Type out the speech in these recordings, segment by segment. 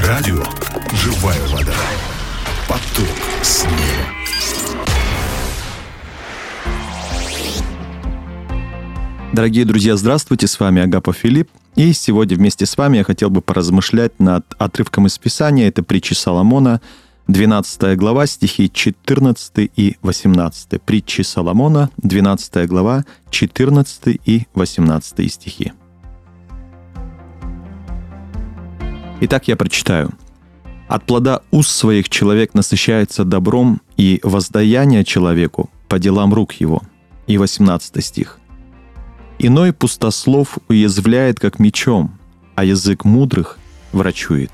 Радио «Живая вода». Поток снега. Дорогие друзья, здравствуйте, с вами Агапов Филипп. И сегодня вместе с вами я хотел бы поразмышлять над отрывком из Писания. Это притчи Соломона, 12 глава, стихи 14 и 18. Притчи Соломона, 12 глава, 14 и 18 стихи. Итак, я прочитаю. «От плода уст своих человек насыщается добром, и воздаяние человеку по делам рук его». И 18 стих. «Иной пустослов уязвляет, как мечом, а язык мудрых врачует».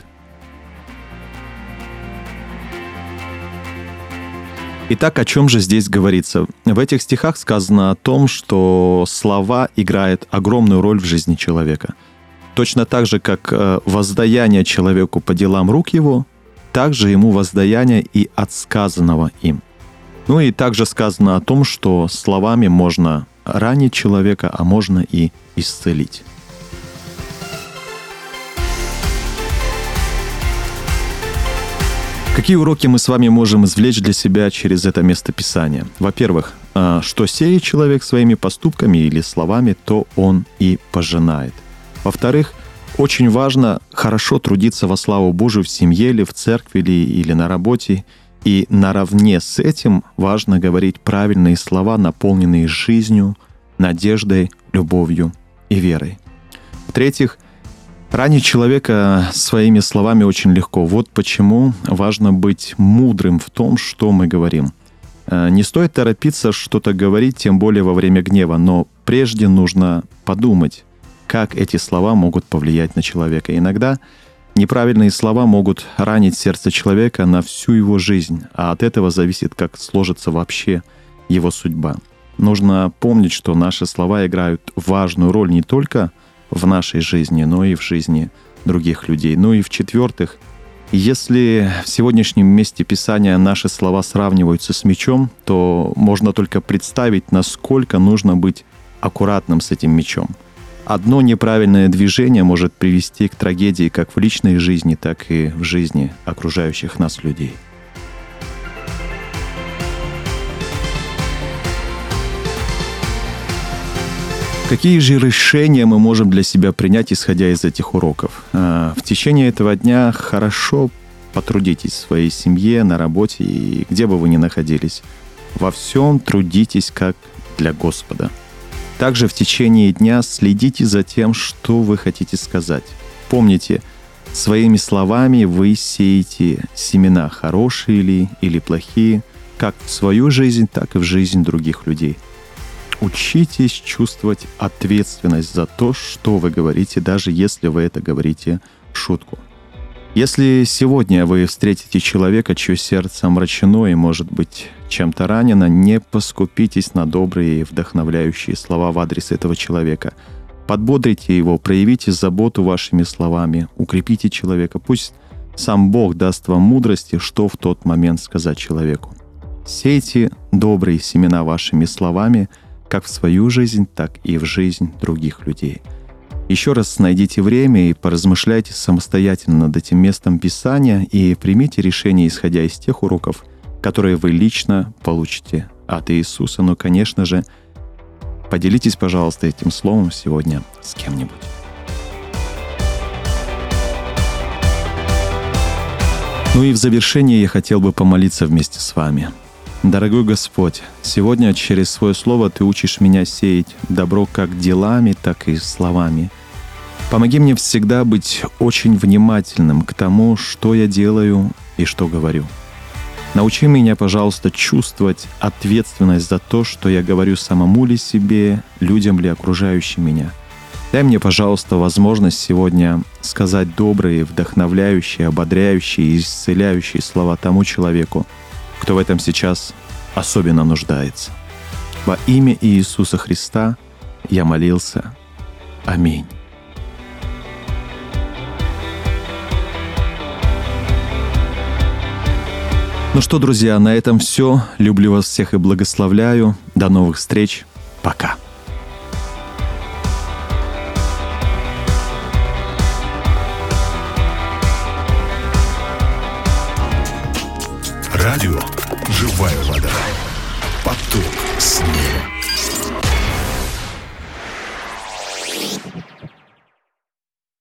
Итак, о чем же здесь говорится? В этих стихах сказано о том, что слова играют огромную роль в жизни человека. Точно так же, как воздаяние человеку по делам рук его, также ему воздаяние и от сказанного им. Ну и также сказано о том, что словами можно ранить человека, а можно и исцелить. Какие уроки мы с вами можем извлечь для себя через это местописание? Во-первых, что сеет человек своими поступками или словами, то он и пожинает. Во-вторых, очень важно хорошо трудиться во славу Божию в семье или в церкви или на работе. И наравне с этим важно говорить правильные слова, наполненные жизнью, надеждой, любовью и верой. В-третьих, ранить человека своими словами очень легко. Вот почему важно быть мудрым в том, что мы говорим. Не стоит торопиться что-то говорить, тем более во время гнева, но прежде нужно подумать, как эти слова могут повлиять на человека. Иногда неправильные слова могут ранить сердце человека на всю его жизнь, а от этого зависит, как сложится вообще его судьба. Нужно помнить, что наши слова играют важную роль не только в нашей жизни, но и в жизни других людей. Ну и в-четвертых, если в сегодняшнем месте Писания наши слова сравниваются с мечом, то можно только представить, насколько нужно быть аккуратным с этим мечом. Одно неправильное движение может привести к трагедии как в личной жизни, так и в жизни окружающих нас людей. Какие же решения мы можем для себя принять, исходя из этих уроков? В течение этого дня хорошо потрудитесь в своей семье, на работе и где бы вы ни находились. Во всем трудитесь как для Господа. Также в течение дня следите за тем, что вы хотите сказать. Помните, своими словами вы сеете семена, хорошие ли или плохие, как в свою жизнь, так и в жизнь других людей. Учитесь чувствовать ответственность за то, что вы говорите, даже если вы это говорите в шутку. Если сегодня вы встретите человека, чье сердце омрачено и, может быть, чем-то ранено, не поскупитесь на добрые и вдохновляющие слова в адрес этого человека. Подбодрите его, проявите заботу вашими словами, укрепите человека. Пусть сам Бог даст вам мудрости, что в тот момент сказать человеку. Сейте добрые семена вашими словами, как в свою жизнь, так и в жизнь других людей. Еще раз найдите время и поразмышляйте самостоятельно над этим местом Писания и примите решение, исходя из тех уроков, которые вы лично получите от Иисуса. Но, конечно же, поделитесь, пожалуйста, этим словом сегодня с кем-нибудь. Ну и в завершение я хотел бы помолиться вместе с вами. Дорогой Господь, сегодня через Свое Слово Ты учишь меня сеять добро как делами, так и словами. Помоги мне всегда быть очень внимательным к тому, что я делаю и что говорю. Научи меня, пожалуйста, чувствовать ответственность за то, что я говорю самому ли себе, людям ли окружающим меня. Дай мне, пожалуйста, возможность сегодня сказать добрые, вдохновляющие, ободряющие и исцеляющие слова тому человеку, кто в этом сейчас особенно нуждается. Во имя Иисуса Христа я молился. Аминь. Ну что, друзья, на этом все. Люблю вас всех и благословляю. До новых встреч. Пока. Радио «Живая вода». Поток снега.